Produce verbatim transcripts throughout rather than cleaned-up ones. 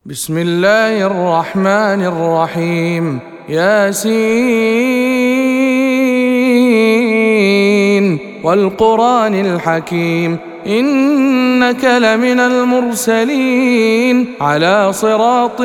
بسم الله الرحمن الرحيم. ياسين والقرآن الحكيم إنك لمن المرسلين على صراط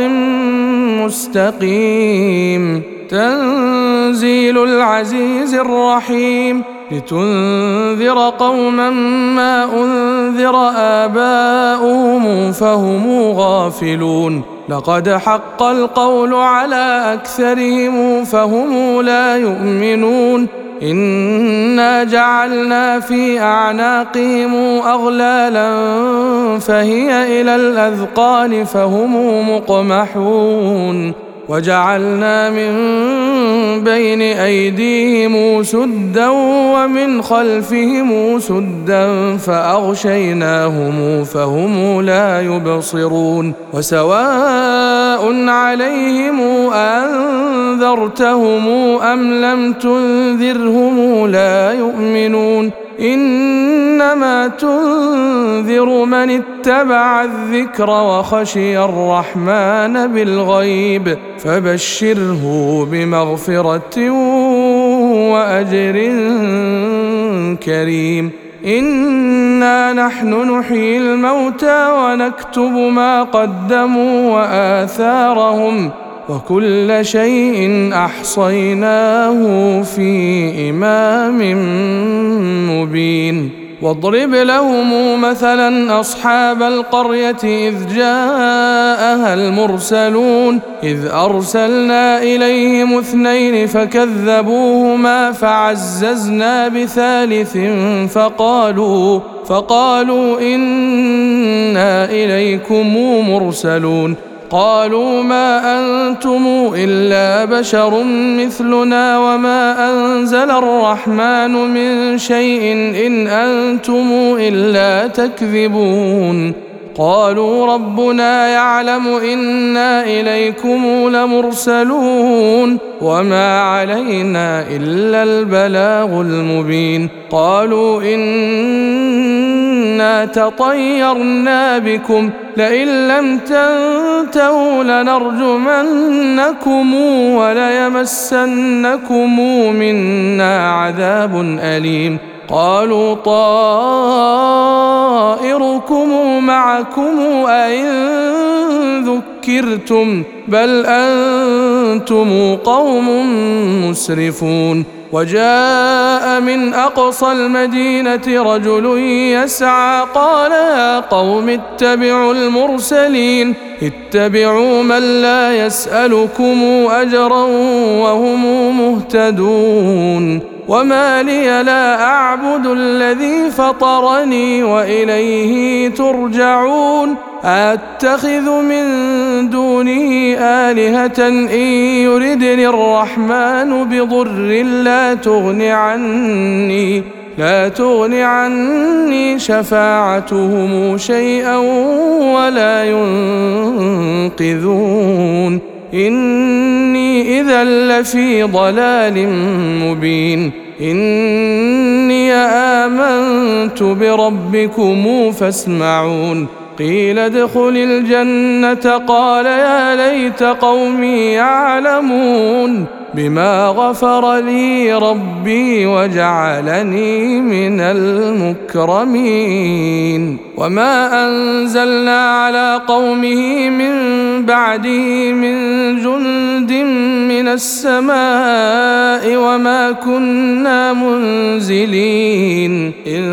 مستقيم. تنزيل العزيز الرحيم لتنذر قوما ما أنذر آباؤهم فهم غافلون. لقد حق القول على أكثرهم فهم لا يؤمنون. إنا جعلنا في أعناقهم أغلالا فهي إلى الأذقان فهم مقمحون. وجعلنا من بين أيديهم سدا ومن خلفهم سدا فأغشيناهم فهم لا يبصرون. وسواء عليهم أنذرتهم أم لم تنذرهم لا يؤمنون. إنما تنذر من اتبع الذكر وخشي الرحمن بالغيب فبشره بمغفرة وأجر كريم. إنا نحن نحيي الموتى ونكتب ما قدموا وآثارهم وكل شيء أحصيناه في إمام مبين. واضرب لهم مثلا أصحاب القرية إذ جاءها المرسلون إذ أرسلنا إليهم اثنين فكذبوهما فعززنا بثالث فقالوا فقالوا إنا إليكم مرسلون. قالوا ما أنتم إلا بشر مثلنا وما أنزل الرحمن من شيء إن أنتم إلا تكذبون. قالوا ربنا يعلم إنا إليكم لمرسلون وما علينا إلا البلاغ المبين. قالوا إنا تطيرنا بكم لئن لم تنتهوا لنرجمنكم وليمسنكم منا عذاب أليم. قالوا طائركم معكم أئن ذكرتم بل أنتم قوم مسرفون. وجاء من أقصى المدينة رجل يسعى قال يا قوم اتبعوا المرسلين اتبعوا من لا يسألكم أجرا وهم مهتدون. وما لي لا أعبد الذي فطرني وإليه ترجعون. أتخذ من دونه آلهة إن يردني الرحمن بضر لا تغن عني لا تغن عني شفاعتهم شيئا ولا ينقذون. إني إذا لفي ضلال مبين. إني آمنت بربكم فاسمعون. قيل ادخل الجنة قال يا ليت قومي يعلمون بما غفر لي ربي وجعلني من المكرمين. وما أنزلنا على قومه من بعده من جند من السماء وما كنا منزلين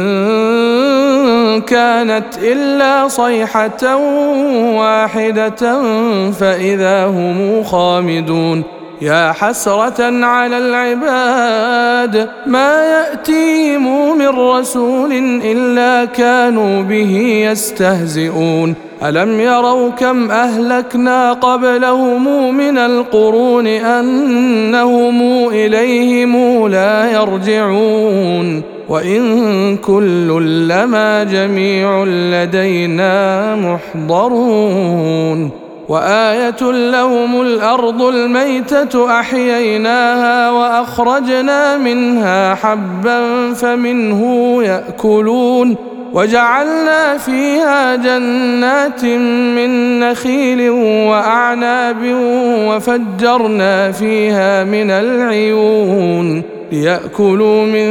إن كانت إلا صيحة واحدة فإذا هم خامدون. يا حسرة على العباد ما يأتيهم من رسول إلا كانوا به يستهزئون. ألم يروا كم أهلكنا قبلهم من القرون أنهم إليهم لا يرجعون. وإن كل لما جميع لدينا محضرون. وآية لهم الأرض الميتة أحييناها وأخرجنا منها حبا فمنه يأكلون وجعلنا فيها جنات من نخيل وأعناب وفجرنا فيها من العيون ليأكلوا من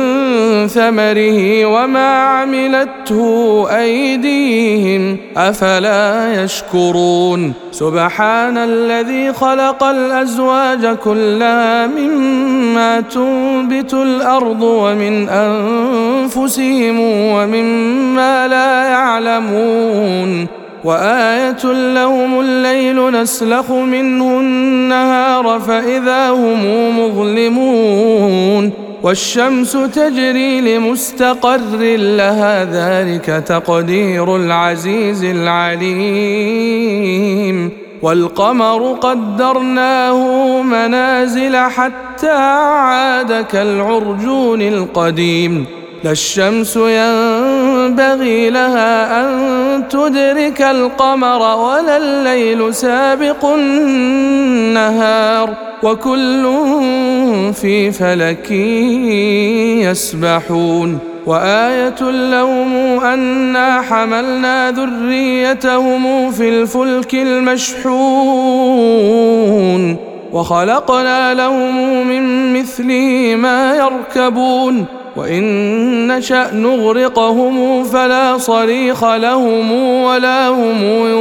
ثمره وما عملته أيديهم أفلا يشكرون سبحان الذي خلق الأزواج كلها مما تنبت الأرض ومن أنفسهم ومما لا يعلمون وآية لهم الليل نسلخ منه النهار فإذا هم مظلمون والشمس تجري لمستقر لها ذلك تقدير العزيز العليم والقمر قدرناه منازل حتى عاد كالعرجون القديم لا الشمس ينبغي لها أن تدرك القمر ولا الليل سابق النهار وكل في فلك يسبحون وآية لهم أنا حملنا ذريتهم في الفلك المشحون وخلقنا لهم من مثله ما يركبون وإن نشأ نغرقهم فلا صريخ لهم ولا هم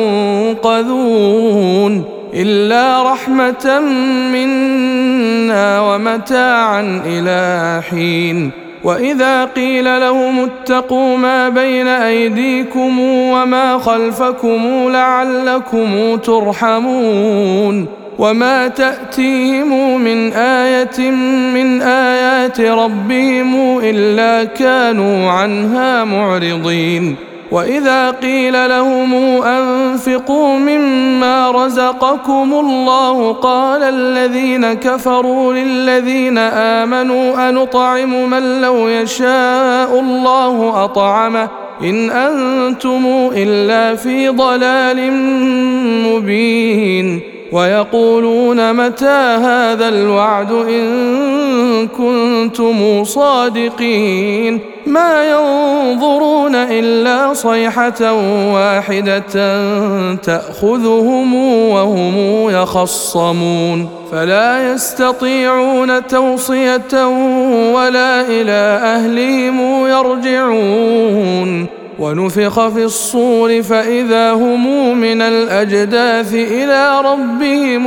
ينقذون إلا رحمة منا ومتاعا إلى حين وإذا قيل لهم اتقوا ما بين أيديكم وما خلفكم لعلكم ترحمون وما تأتيهم من آية من آيات ربهم إلا كانوا عنها معرضين وإذا قيل لهم أنفقوا مما رزقكم الله قال الذين كفروا للذين آمنوا أنطعم من لو يشاء الله أطعمه إن أنتم إلا في ضلال مبين ويقولون متى هذا الوعد إن كنتم صادقين ما ينظرون إلا صيحة واحدة تأخذهم وهم يخصمون فلا يستطيعون توصية ولا إلى أهلهم يرجعون ونفخ في الصور فإذا هم من الأجداث إلى ربهم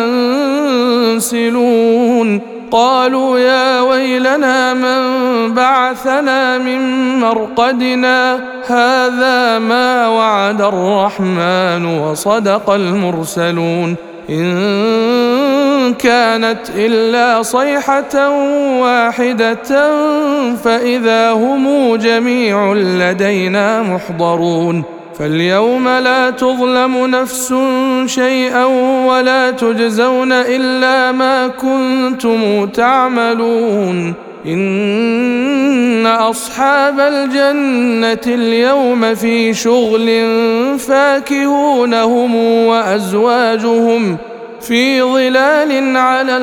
ينسلون قالوا يا ويلنا من بعثنا من مرقدنا هذا ما وعد الرحمن وصدق المرسلون إن كانت إلا صيحة واحدة فإذا هم جميع لدينا محضرون فاليوم لا تظلم نفس شيئا ولا تجزون إلا ما كنتم تعملون إن أصحاب الجنة اليوم في شغل فاكهون هم وأزواجهم في ظلال على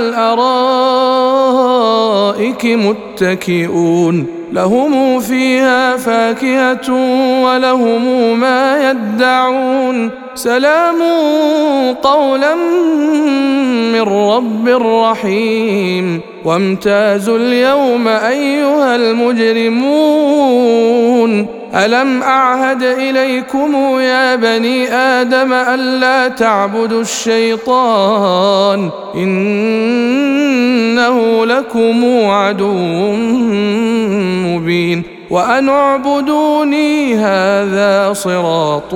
الأرائك متكئون لهم فيها فاكهة ولهم ما يدعون سلام قولا من رب رحيم وامتازوا اليوم أيها المجرمون ألم أعهد إليكم يا بني آدم ألا تعبدوا الشيطان إنه لكم عدو مبين وأن اعبدوني هذا صراط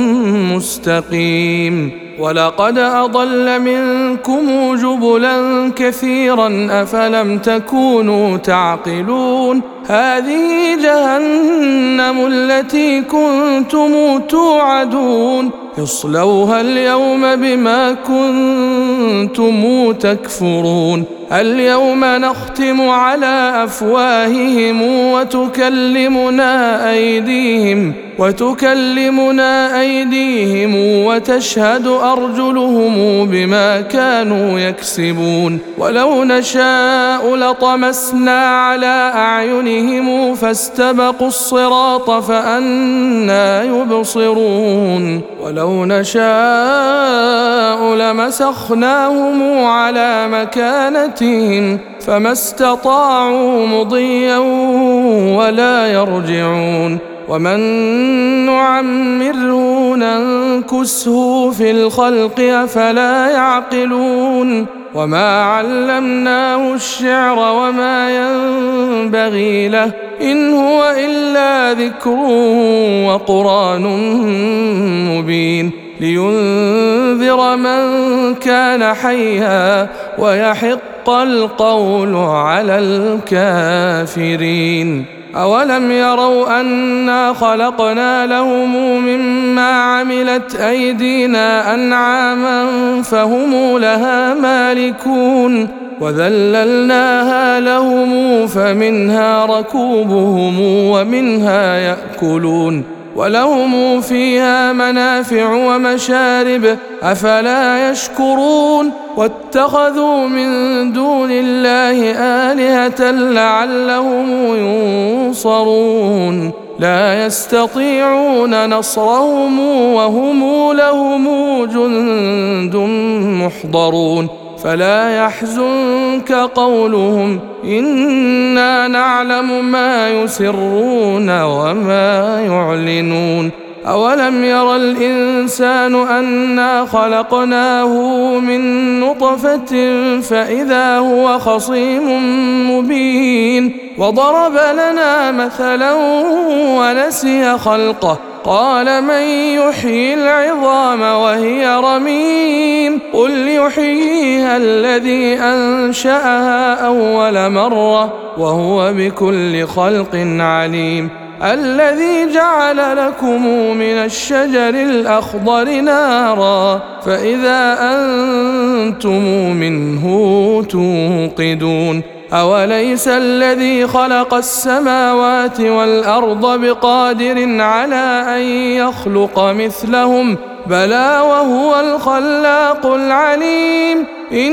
مستقيم ولقد أضل منكم جبلا كثيرا أفلم تكونوا تعقلون هذه جهنم التي كنتم توعدون اصلوها اليوم بما كنتم كنتم تكفرون اليوم نختم على أفواههم وتكلمنا أيديهم وتكلمنا أيديهم وتشهد أرجلهم بما كانوا يكسبون ولو نشاء لطمسنا على أعينهم فاستبقوا الصراط فأنى يبصرون ولو نشاء لمسخناهم على مكانتهم فما استطاعوا مضيا ولا يرجعون ومن نعمره ننكسه في الخلق أفلا يعقلون وما علمناه الشعر وما ينبغي له إن هو إلا ذكر وقرآن مبين لينذر من كان حيا ويحق القول على الكافرين أولم يروا أنا خلقنا لهم مما عملت أيدينا أنعاما فهم لها مالكون وذللناها لهم فمنها ركوبهم ومنها يأكلون ولهم فيها منافع ومشارب أفلا يشكرون واتخذوا من دون الله آلهة لعلهم ينصرون لا يستطيعون نصرهم وهم لهم جند محضرون فلا يحزنك قولهم إنا نعلم ما يسرون وما يعلنون أولم ير الإنسان أنا خلقناه من نطفة فإذا هو خصيم مبين وضرب لنا مثلا ونسي خلقه قال من يحيي العظام وهي رميم قل يحييها الذي أنشأها أول مرة وهو بكل خلق عليم الذي جعل لكم من الشجر الأخضر نارا فإذا أنتم منه توقدون أوليس الذي خلق السماوات والأرض بقادر على أن يخلق مثلهم بلى وهو الخلاق العليم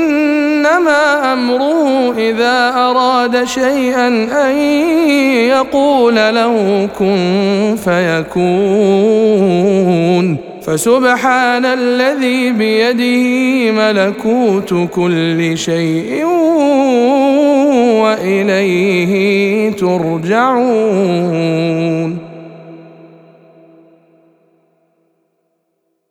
إنما أمره إذا أراد شيئا أن يقول له كن فيكون فسبحان الذي بيده ملكوت كل شيء وإليه ترجعون.